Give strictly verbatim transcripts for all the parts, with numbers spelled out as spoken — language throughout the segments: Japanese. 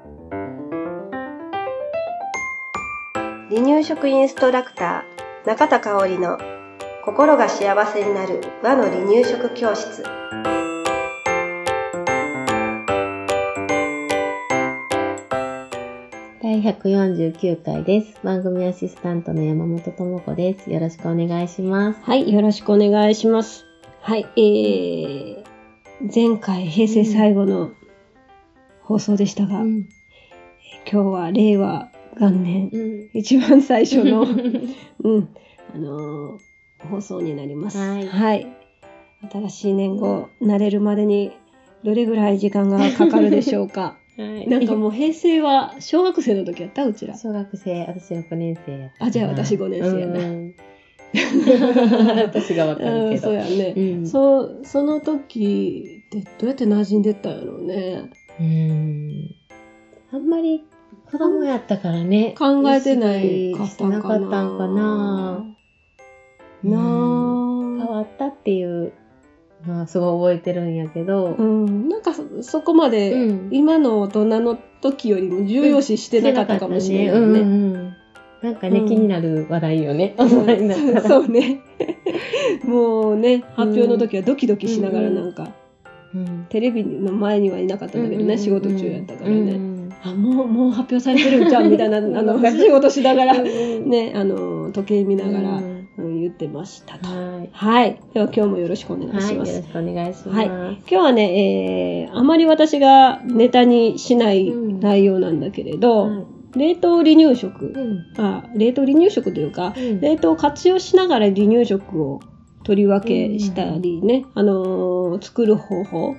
離乳食インストラクター中田香織の心が幸せになる和の離乳食教室。 だいひゃくよんじゅうきゅうかいです。番組アシスタントの山本智子です。よろしくお願いします。 はい、よろしくお願いします。はい、えー、前回平成最後の放送でしたが、うん、今日は令和元年、うん、一番最初の、うん、あのー、放送になります。はい。はい。新しい年号慣れるまでにどれぐらい時間がかかるでしょうか。はい、なんかもう平成は小学生の時やったうちら。 小学生、私ろくねん生やった。 あ、じゃあ私ごねん生やな。 うん私がわかるけど。 そうやね、うん。そ、その時ってどうやって馴染んでったんやろうね。 うーん。あんまり子供やったからね。 考えてないかったんかな。 なかったんかな。なぁ。変わったっていうのはすごい覚えてるんやけど。 うん。なんか そ, そこまで、うん、今の大人の時よりも重要視してなかったかもしれないね。うんうん、 なんかね、うん、気になる話題よね。 うん、そうね。もうね、発表の時はドキドキしながらなんか、うんうん、テレビの前にはいなかったんだけどね、うんうん、仕事中やったからね。うんうんあ、もう、もう発表されてるんじゃんみたいな、あの、仕事しながら、ね、あの、時計見ながら、うん、言ってましたと。はい。はい。では今日もよろしくお願いします。はい、 よろしくお願いします。 はい。今日はね、えー、あまり私がネタにしない内容なんだけれど、うんはい、冷凍離乳食、うん、あ、冷凍離乳食というか、うん、冷凍を活用しながら離乳食を取り分けしたりね、うん、あのー、作る方法、はい、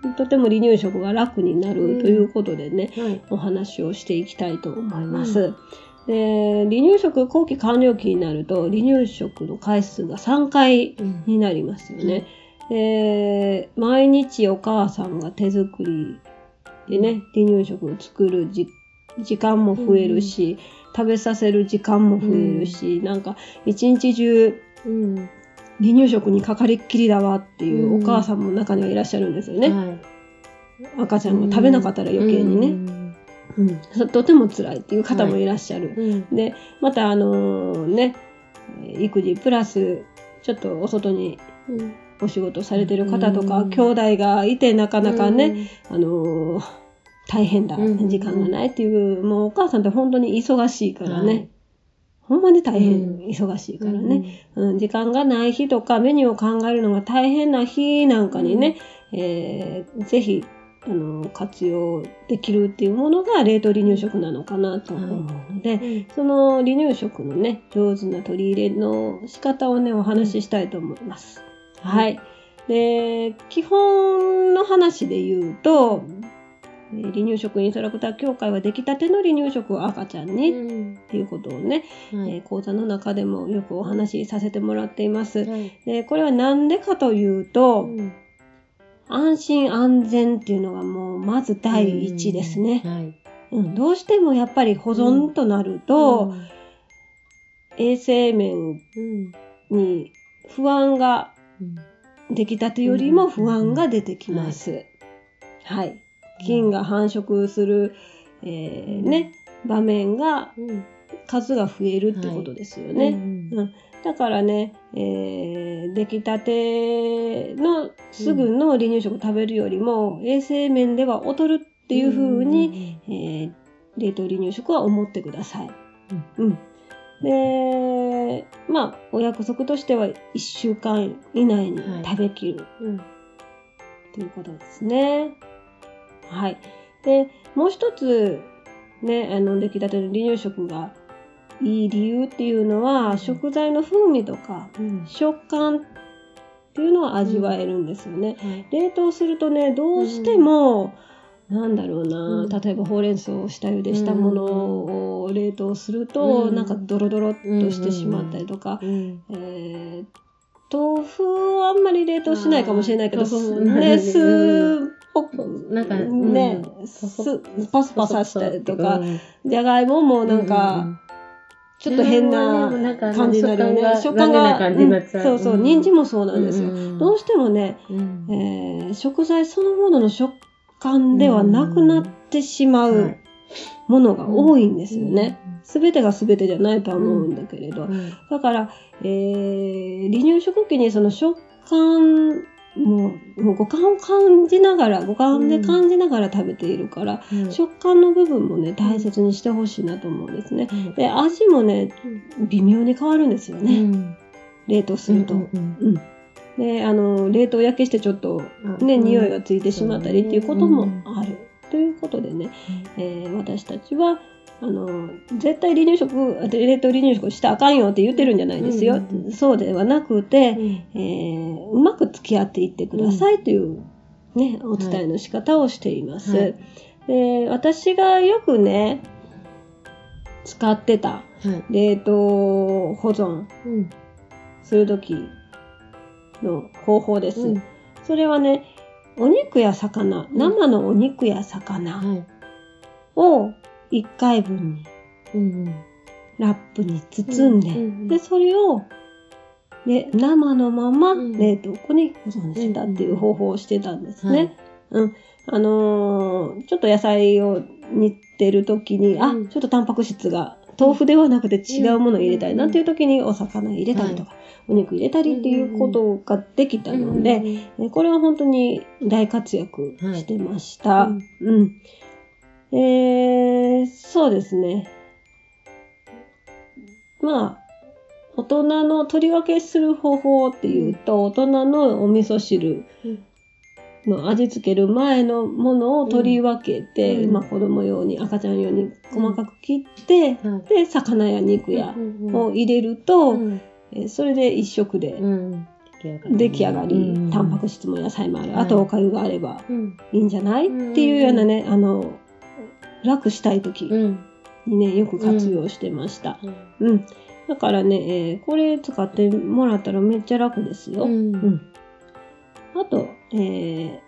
とても離乳食が楽になるということでね、うんはい、お話をしていきたいと思います。うん、で離乳食後期完了期になると離乳食の回数がさんかいになりますよね。うん、で毎日お母さんが手作りでね、離乳食を作るじ時間も増えるし、うん、食べさせる時間も増えるし、うん、なんか一日中、うん離乳食にかかりっきりだわっていうお母さんも中にはいらっしゃるんですよね。うんはい、赤ちゃんが食べなかったら余計にね、うんうん、とても辛いっていう方もいらっしゃる。はいうん、で、またあのー、ね、育児プラスちょっとお外にお仕事されてる方とか、うん、兄弟がいてなかなかね、うん、あのー、大変だ、時間がないっていう、もうお母さんって本当に忙しいからね。はいほんまに大変忙しいからね、うんうん、時間がない日とかメニューを考えるのが大変な日なんかにね、うんえー、ぜひあの活用できるっていうものが冷凍離乳食なのかなと思うので、うん、その離乳食のね上手な取り入れの仕方をねお話ししたいと思います。うん、はい。で基本の話で言うと離乳食インストラクター協会は出来たての離乳食を赤ちゃんに、うん、っていうことをね、はいえー、講座の中でもよくお話しさせてもらっています。はい、でこれはなんでかというと、うん、安心安全っていうのがもうまず第一ですね。うんはいうん、どうしてもやっぱり保存となると、うん、衛生面に不安が、うん、出来たてよりも不安が出てきます。うんはい、はい菌が繁殖する、えーね、場面が、うん、数が増えるってことですよね。はいうんうん、だからね、えー、出来たてのすぐの離乳食を食べるよりも、うん、衛生面では劣るっていう風に、うんえー、冷凍離乳食は思ってください。うんうん、で、まあお約束としてはいっしゅうかん以内に食べきる、はいうん、ということですね。はい。で、もう一つ、ね、あの、出来たての離乳食がいい理由っていうのは、うん、食材の風味とか、うん、食感っていうのは味わえるんですよね。うん、冷凍するとね、どうしても、うん、なんだろうな、うん、例えばほうれん草を下茹でしたものを冷凍すると、うん、なんかドロドロっとしてしまったりとか、うんえー豆腐はあんまり冷凍しないかもしれないけど、ね、酢っぽく、なんか、ね、酢、パスパサしたりとか、じゃがいももなんか、ちょっと変な感じになるよね。食感が、そうそう、人参もそうなんですよ。どうしてもね、食材そのものの食感ではなくなってしまうものが多いんですよね。すべてがすべてじゃないとは思うんだけれど。うん、だから、えー、離乳食期にその食感もう、もう五感を感じながら、五感で感じながら食べているから、うん、食感の部分もね、大切にしてほしいなと思うんですね。うん、で、味もね、微妙に変わるんですよね。うん、冷凍すると。うんうんうんで、あの、冷凍焼けしてちょっとね、うん、匂いがついてしまったりっていうこともある。うん、ということでね、うんえー、私たちは、あの、絶対離乳食、冷凍離乳食したらあかんよって言ってるんじゃないですよ。うんうん、そうではなくて、うんえー、うまく付き合っていってくださいというね、お伝えの仕方をしています。はい、で私がよくね、使ってた冷凍保存するとき、の方法です、うん、それはねお肉や魚、生のお肉や魚をいっかいぶんにラップに包んで、うんうん、でそれを、ね、生のまま冷凍庫に保存したっていう方法をしてたんですね、うんうん、あのー、ちょっと野菜を煮てる時に、うん、あちょっとタンパク質が豆腐ではなくて違うものを入れたいなっていう時にお魚入れたりとか、はいお肉入れたりっていうことができたので、うんうん、これは本当に大活躍してました。はいうんうんえー、そうですね。まあ、大人の取り分けする方法っていうと、大人のお味噌汁の味付ける前のものを取り分けて、うんまあ、子供用に赤ちゃん用に細かく切って、うん、で魚や肉やを入れると、うんそれで一食で出来上がり、うん、タンパク質も野菜もある、うん、あとおかゆがあればいいんじゃない、うん、っていうようなね、あの、楽したい時にね、よく活用してました。うん。うん、だからね、えー、これ使ってもらったらめっちゃ楽ですよ。うん。うん、あと、えー、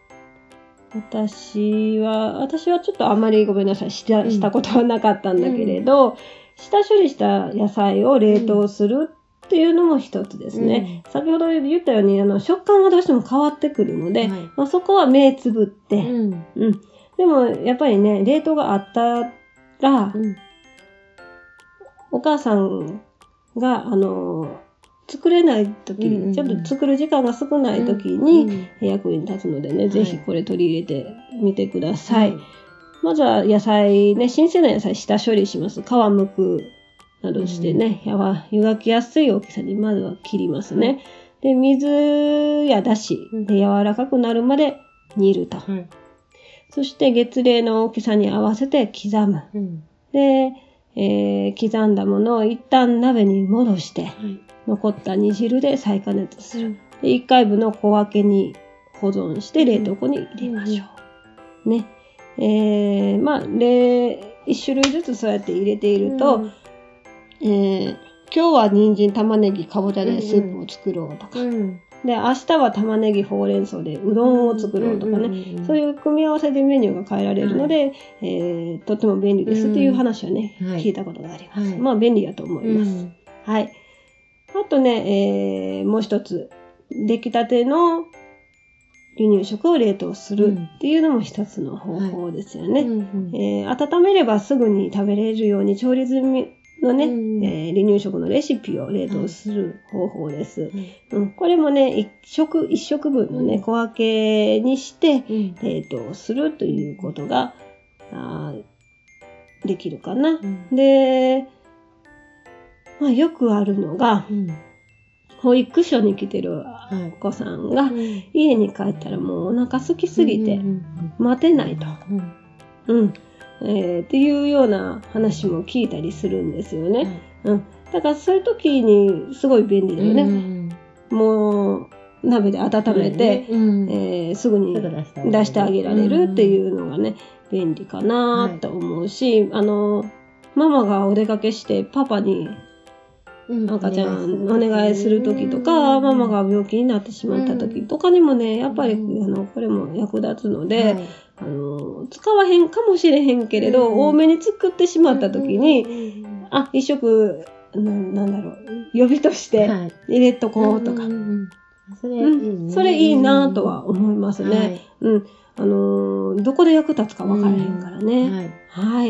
私は、私はちょっとあまりごめんなさい、した、したことはなかったんだけれど、うん、下処理した野菜を冷凍するっていうのも一つですね。うん、先ほど言ったようにあの食感がどうしても変わってくるので、はいまあ、そこは目つぶって、うんうん、でもやっぱりね冷凍があったら、うん、お母さんがあの作れない時、うんうん、ちょっと作る時間が少ない時に、うんうん、役に立つのでね、はい、ぜひこれ取り入れてみてください。はい、まずは野菜ね、新鮮な野菜下処理します。皮むくなどしてね、うん、湯がきやすい大きさにまずは切りますね。うん、で、水やだしで柔らかくなるまで煮ると。うん、そして月齢の大きさに合わせて刻む。うん、で、えー、刻んだものを一旦鍋に戻して、うん、残った煮汁で再加熱する。で、いっかいぶんの小分けに保存して冷凍庫に入れましょう。うん、ね。えー、まあ、一種類ずつそうやって入れていると、うんえー、今日は人参、玉ねぎ、かぼちゃでスープを作ろうとか、うん、で明日は玉ねぎ、ほうれん草でうどんを作ろうとかね、うんうんうん、そういう組み合わせでメニューが変えられるので、はいえー、とっても便利ですっていう話をね、うん、聞いたことがあります。はい、まあ便利だと思います。うん、はい。あとね、えー、もう一つ、出来たての離乳食を冷凍するっていうのも一つの方法ですよね。はいうんうんえー、温めればすぐに食べれるように調理済みのね、うんえー、離乳食のレシピを冷凍する方法です。うんうん、これもね、一食、一食分のね、うん、小分けにして冷凍するということが、あできるかな。うん、で、まあ、よくあるのが、うん、保育所に来てるお子さんが、家に帰ったらもうお腹空きすぎて待てないと。うん。えー、っていうような話も聞いたりするんですよね。うん。だからそういう時にすごい便利だよね。うん、もう鍋で温めて、うんえー、すぐに出してあげられるっていうのがね、便利かなと思うし、はい、あの、ママがお出かけしてパパに赤ちゃんお願いするときとか、ママが病気になってしまったときとかにもね、やっぱり、あの、これも役立つので、はい、あの、使わへんかもしれへんけれど、多めに作ってしまったときに、あ、一食、な、なんだろう、予備として入れとこうとか。それいいね。それいいなとは思いますね。はい、うん。 あのー、どこで役立つか分からへんからね。うん、はい。はい。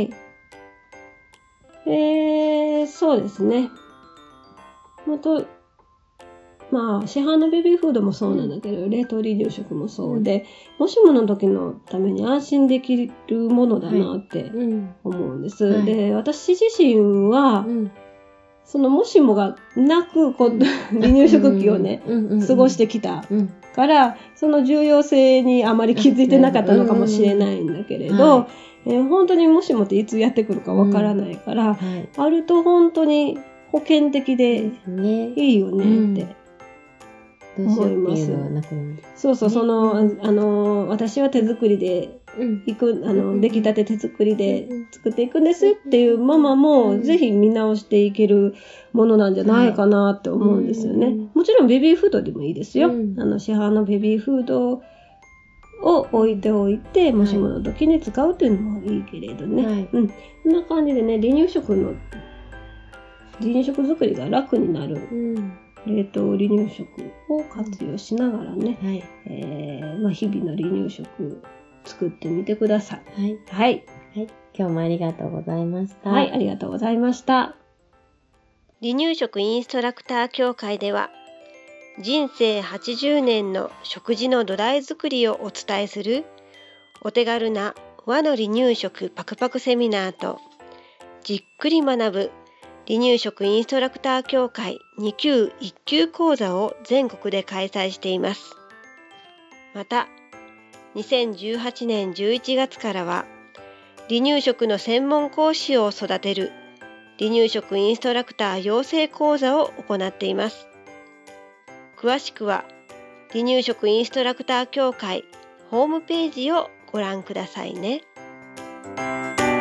えー、そうですね。あと、まあ、市販のベビーフードもそうなんだけど、うん、冷凍離乳食もそうで、うん、もしもの時のために安心できるものだなって思うんです。はい、で、私自身は、うん、そのもしもがなくこう、うん、離乳食期をね、過ごしてきたから、その重要性にあまり気づいてなかったのかもしれないんだけれど、えー、本当にもしもっていつやってくるかわからないから、うん、はい、あると本当に保険的でいいよねって。思います。そうそう、その、あの、私は手作りでいく、あの、出来たて手作りで作っていくんですっていうママも、ぜひ見直していけるものなんじゃないかなって思うんですよね。もちろんベビーフードでもいいですよ。あの、市販のベビーフードを置いておいて、もしもの時に使うっていうのもいいけれどね。はい、うん。こんな感じでね、離乳食の、離乳食作りが楽になる。うん、冷凍離乳食を活用しながらね、はい、えーまあ、日々の離乳食作ってみてください。はい。はい。 はい。今日もありがとうございました。 はい、ありがとうございました。 離乳食インストラクター協会では、人生はちじゅうねんの食事の土台作りをお伝えするお手軽な和の離乳食パクパクセミナーと、じっくり学ぶ離乳食インストラクター協会に級いっ級講座を全国で開催しています。また、にせんじゅうはちねんじゅういちがつからは、離乳食の専門講師を育てる離乳食インストラクター養成講座を行っています。詳しくは、離乳食インストラクター協会ホームページをご覧くださいね。